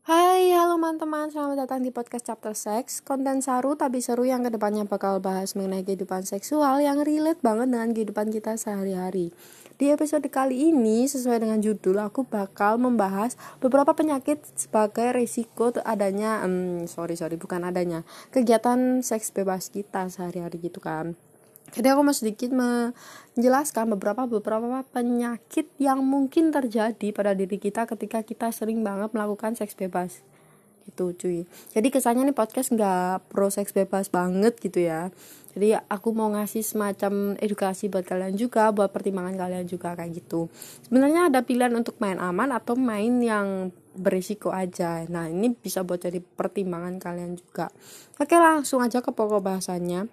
Hai, halo teman-teman, selamat datang di podcast Chapter Sex. Konten saru tapi seru yang kedepannya bakal bahas mengenai kehidupan seksual yang relate banget dengan kehidupan kita sehari-hari. Di episode kali ini, sesuai dengan judul, aku bakal membahas beberapa penyakit sebagai risiko adanya, bukan adanya, kegiatan seks bebas kita sehari-hari gitu kan. Jadi aku mau sedikit menjelaskan beberapa penyakit yang mungkin terjadi pada diri kita ketika kita sering banget melakukan seks bebas gitu cuy. Jadi kesannya nih podcast nggak pro seks bebas banget gitu ya. Jadi aku mau ngasih semacam edukasi buat kalian juga, buat pertimbangan kalian juga kayak gitu. Sebenarnya ada pilihan untuk main aman atau main yang berisiko aja. Nah ini bisa buat jadi pertimbangan kalian juga. Oke, langsung aja ke pokok bahasannya.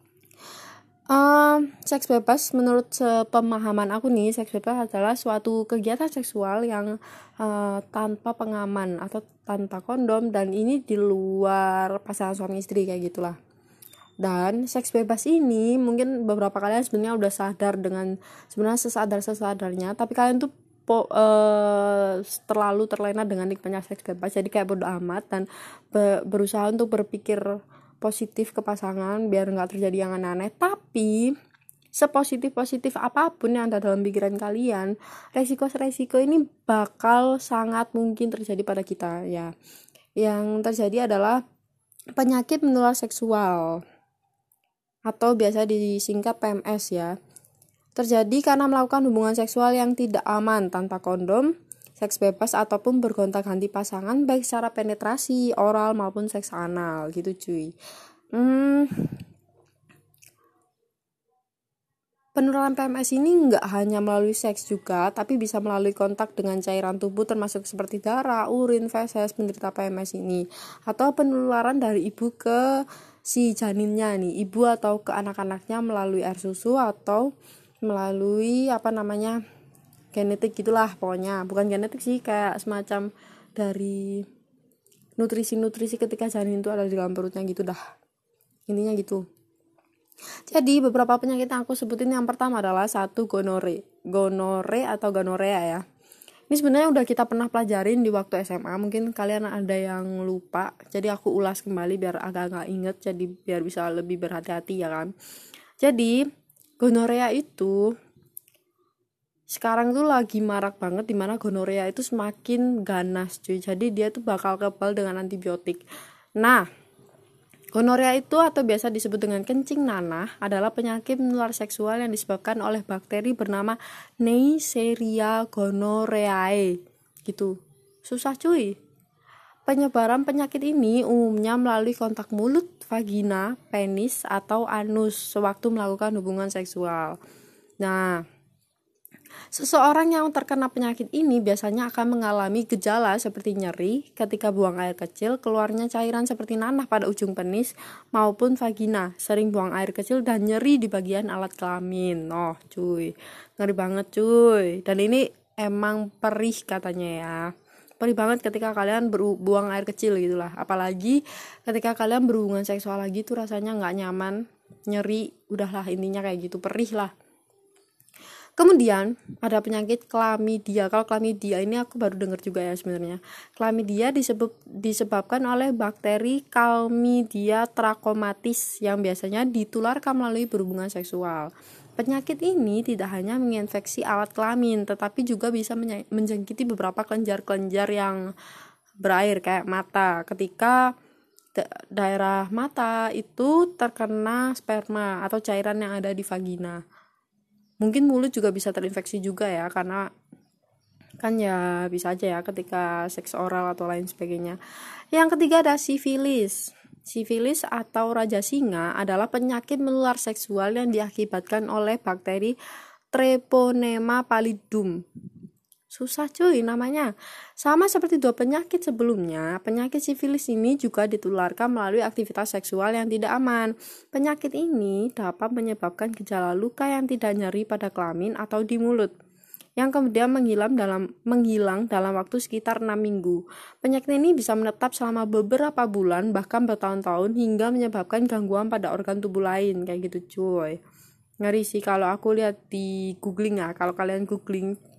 Seks bebas menurut pemahaman aku nih, seks bebas adalah suatu kegiatan seksual yang tanpa pengaman atau tanpa kondom, dan ini di luar pasangan suami istri kayak gitulah. Dan seks bebas ini mungkin beberapa kalian sebenarnya udah sadar dengan sebenarnya sesadarnya, tapi kalian tuh terlalu terlena dengan nikmatnya seks bebas, jadi kayak bodo amat dan berusaha untuk berpikir positif ke pasangan biar nggak terjadi yang aneh-aneh. Tapi sepositif apapun yang ada dalam pikiran kalian, resiko ini bakal sangat mungkin terjadi pada kita ya. Yang terjadi adalah penyakit menular seksual atau biasa disingkat PMS ya. Terjadi karena melakukan hubungan seksual yang tidak aman tanpa kondom, seks bebas ataupun bergonta-ganti pasangan baik secara penetrasi, oral maupun seks anal gitu cuy. Penularan PMS ini nggak hanya melalui seks juga, tapi bisa melalui kontak dengan cairan tubuh termasuk seperti darah, urin, feses penderita PMS ini, atau penularan dari ibu ke si janinnya nih, ibu atau ke anak-anaknya melalui air susu atau melalui genetik gitulah pokoknya. Bukan genetik sih, kayak semacam dari nutrisi ketika janin itu ada di dalam perutnya gitu dah, intinya gitu. Jadi beberapa penyakit yang aku sebutin, yang pertama adalah satu gonore atau gonorea ya. Ini sebenarnya udah kita pernah pelajarin di waktu SMA, mungkin kalian ada yang lupa, jadi aku ulas kembali biar agak nggak inget, jadi biar bisa lebih berhati-hati ya kan. Jadi gonorea itu sekarang tuh lagi marak banget, dimana gonorea itu semakin ganas cuy, jadi dia tuh bakal kebal dengan antibiotik. Nah, gonorea itu atau biasa disebut dengan kencing nanah adalah penyakit menular seksual yang disebabkan oleh bakteri bernama Neisseria gonorrheae gitu. Susah cuy. Penyebaran penyakit ini umumnya melalui kontak mulut, vagina, penis, atau anus sewaktu melakukan hubungan seksual. Nah, seseorang yang terkena penyakit ini biasanya akan mengalami gejala seperti nyeri ketika buang air kecil, keluarnya cairan seperti nanah pada ujung penis maupun vagina, sering buang air kecil, dan nyeri di bagian alat kelamin. Oh cuy, ngeri banget cuy. Dan ini emang perih katanya ya. Perih banget ketika kalian buang air kecil gitulah. Apalagi ketika kalian berhubungan seksual lagi tuh rasanya gak nyaman, nyeri, udahlah intinya kayak gitu, perih lah. Kemudian ada penyakit chlamydia. Kalau chlamydia ini aku baru dengar juga ya sebenarnya. Chlamydia disebabkan oleh bakteri Chlamydia trachomatis yang biasanya ditularkan melalui berhubungan seksual. Penyakit ini tidak hanya menginfeksi alat kelamin, tetapi juga bisa menjangkiti beberapa kelenjar-kelenjar yang berair kayak mata. Ketika daerah mata itu terkena sperma atau cairan yang ada di vagina. Mungkin mulut juga bisa terinfeksi juga ya, karena kan ya bisa aja ya ketika seks oral atau lain sebagainya. Yang ketiga ada sifilis. Sifilis atau raja singa adalah penyakit menular seksual yang diakibatkan oleh bakteri Treponema pallidum. Susah cuy namanya. Sama seperti dua penyakit sebelumnya, penyakit sifilis ini juga ditularkan melalui aktivitas seksual yang tidak aman. Penyakit ini dapat menyebabkan gejala luka yang tidak nyeri pada kelamin atau di mulut, yang kemudian menghilang dalam waktu sekitar 6 minggu. Penyakit ini bisa menetap selama beberapa bulan, bahkan bertahun-tahun, hingga menyebabkan gangguan pada organ tubuh lain, kayak gitu cuy. Ngeri sih kalau aku lihat di googling ya. Kalau kalian googling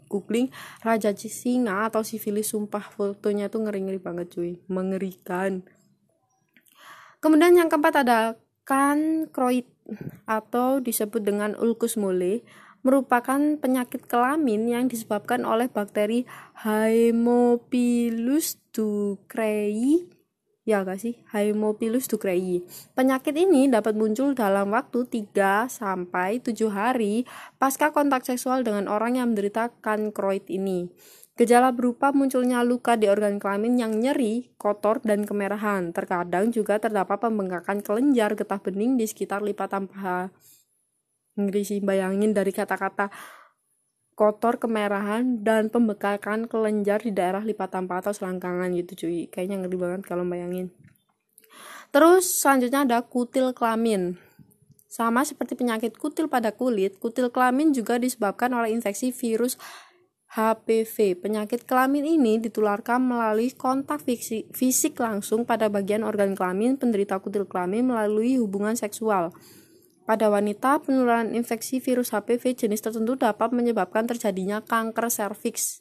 googling Raja Singa atau sifilis, sumpah fotonya tuh ngeri-ngeri banget cuy, mengerikan. Kemudian yang keempat ada kankroid atau disebut dengan ulcus mole, merupakan penyakit kelamin yang disebabkan oleh bakteri Haemophilus ducreyi. Ya gak sih? Haemophilus ducreyi. Penyakit ini dapat muncul dalam waktu 3 sampai 7 hari pasca kontak seksual dengan orang yang menderita kankroid ini. Gejala berupa munculnya luka di organ kelamin yang nyeri, kotor, dan kemerahan. Terkadang juga terdapat pembengkakan kelenjar getah bening di sekitar lipatan paha. Ngeri sih, bayangin dari kata-kata kotor, kemerahan, dan pembengkakan kelenjar di daerah lipatan paha atau selangkangan gitu cuy. Kayaknya ngeri banget kalau bayangin. Terus selanjutnya ada kutil kelamin. Sama seperti penyakit kutil pada kulit, kutil kelamin juga disebabkan oleh infeksi virus HPV. Penyakit kelamin ini ditularkan melalui kontak fisik langsung pada bagian organ kelamin penderita kutil kelamin melalui hubungan seksual. Pada wanita, penularan infeksi virus HPV jenis tertentu dapat menyebabkan terjadinya kanker serviks.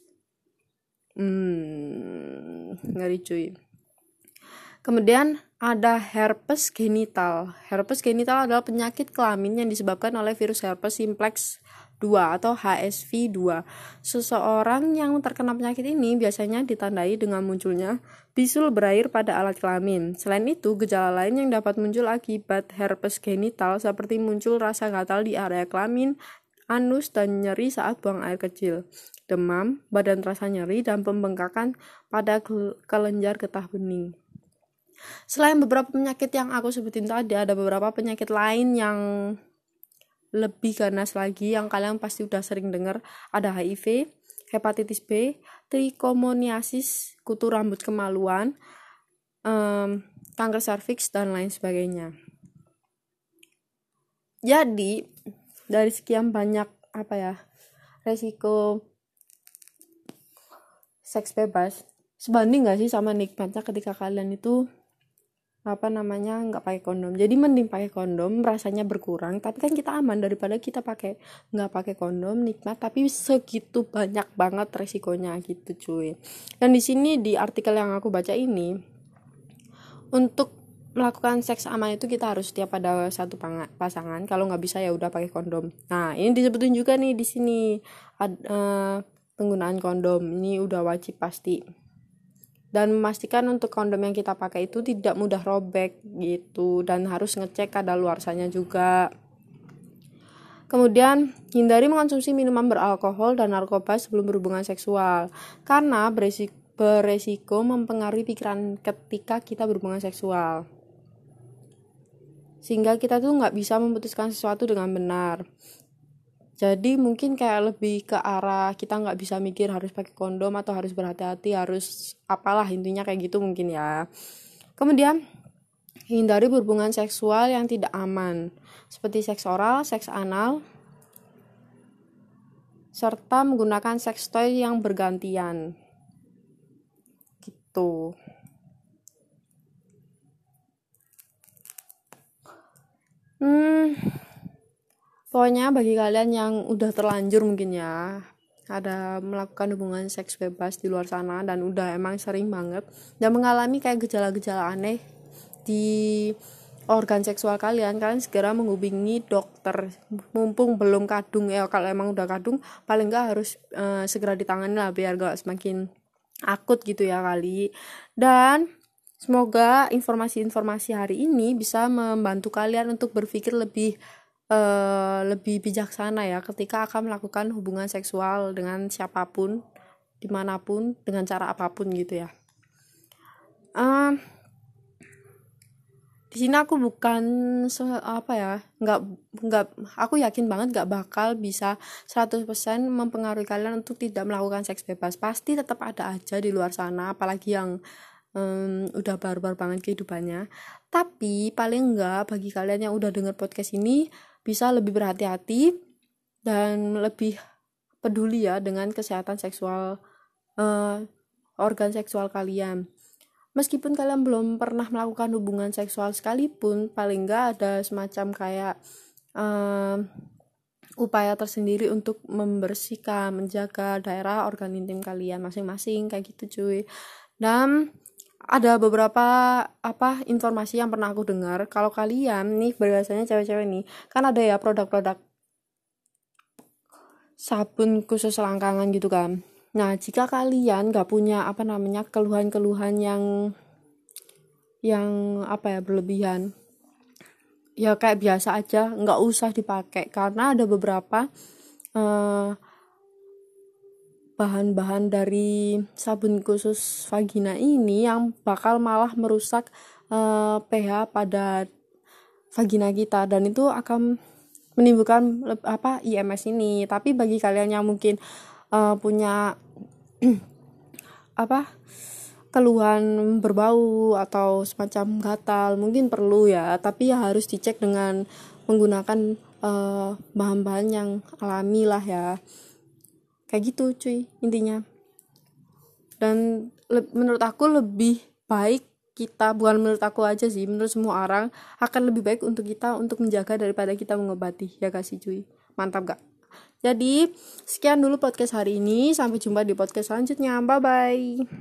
Ngeri cuy. Kemudian ada herpes genital. Herpes genital adalah penyakit kelamin yang disebabkan oleh virus herpes simplex 2 atau HSV2. Seseorang yang terkena penyakit ini biasanya ditandai dengan munculnya bisul berair pada alat kelamin. Selain itu, gejala lain yang dapat muncul akibat herpes genital seperti muncul rasa gatal di area kelamin, anus, dan nyeri saat buang air kecil, demam, badan terasa nyeri, dan pembengkakan pada kelenjar getah bening. Selain beberapa penyakit yang aku sebutin tadi, ada beberapa penyakit lain yang lebih ganas lagi yang kalian pasti udah sering dengar. Ada HIV, hepatitis B, trichomoniasis, kutu rambut kemaluan, kanker serviks, dan lain sebagainya. Jadi dari sekian banyak resiko seks bebas, sebanding gak sih sama nikmatnya ketika kalian itu nggak pakai kondom. Jadi mending pakai kondom, rasanya berkurang, tapi kan kita aman daripada kita nggak pakai kondom, nikmat tapi segitu banyak banget resikonya gitu cuy. Dan di sini di artikel yang aku baca ini, untuk melakukan seks aman itu kita harus setia pada satu pasangan. Kalau nggak bisa ya udah pakai kondom. Nah ini disebutin juga nih di sini penggunaan kondom ini udah wajib pasti. Dan memastikan untuk kondom yang kita pakai itu tidak mudah robek gitu, dan harus ngecek kadaluarsanya juga. Kemudian hindari mengonsumsi minuman beralkohol dan narkoba sebelum berhubungan seksual karena beresiko mempengaruhi pikiran ketika kita berhubungan seksual, sehingga kita tuh nggak bisa memutuskan sesuatu dengan benar. Jadi mungkin kayak lebih ke arah kita nggak bisa mikir harus pakai kondom atau harus berhati-hati, harus apalah, intinya kayak gitu mungkin ya. Kemudian hindari berhubungan seksual yang tidak aman seperti seks oral, seks anal, serta menggunakan seks toy yang bergantian gitu. Pokoknya bagi kalian yang udah terlanjur mungkin ya ada melakukan hubungan seks bebas di luar sana dan udah emang sering banget dan mengalami kayak gejala-gejala aneh di organ seksual kalian segera menghubungi dokter mumpung belum kadung ya. Kalau emang udah kadung paling nggak harus segera ditangani lah biar gak semakin akut gitu ya kali. Dan semoga informasi-informasi hari ini bisa membantu kalian untuk berpikir lebih bijaksana ya ketika akan melakukan hubungan seksual dengan siapapun, dimanapun, dengan cara apapun gitu ya. Di sini aku bukan aku yakin banget nggak bakal bisa 100% mempengaruhi kalian untuk tidak melakukan seks bebas. Pasti tetap ada aja di luar sana, apalagi yang udah barbar banget kehidupannya. Tapi paling enggak bagi kalian yang udah denger podcast ini bisa lebih berhati-hati dan lebih peduli ya dengan kesehatan seksual organ seksual kalian. Meskipun kalian belum pernah melakukan hubungan seksual sekalipun, paling enggak ada semacam kayak upaya tersendiri untuk membersihkan, menjaga daerah organ intim kalian masing-masing kayak gitu cuy. Dan ada beberapa informasi yang pernah aku dengar, kalau kalian nih biasanya cewek-cewek nih kan ada ya produk-produk sabun khusus selangkangan gitu kan. Nah, jika kalian gak punya keluhan-keluhan yang berlebihan, ya kayak biasa aja, nggak usah dipakai, karena ada beberapa bahan-bahan dari sabun khusus vagina ini yang bakal malah merusak pH pada vagina kita, dan itu akan menimbulkan IMS ini. Tapi bagi kalian yang mungkin punya keluhan berbau atau semacam gatal, mungkin perlu ya, tapi ya harus dicek dengan menggunakan bahan-bahan yang alami lah ya, kayak gitu cuy intinya. Dan menurut aku lebih baik kita, bukan menurut aku aja sih, menurut semua orang akan lebih baik untuk kita untuk menjaga daripada kita mengobati, ya kasih cuy. Mantap gak? Jadi sekian dulu podcast hari ini, sampai jumpa di podcast selanjutnya, bye bye.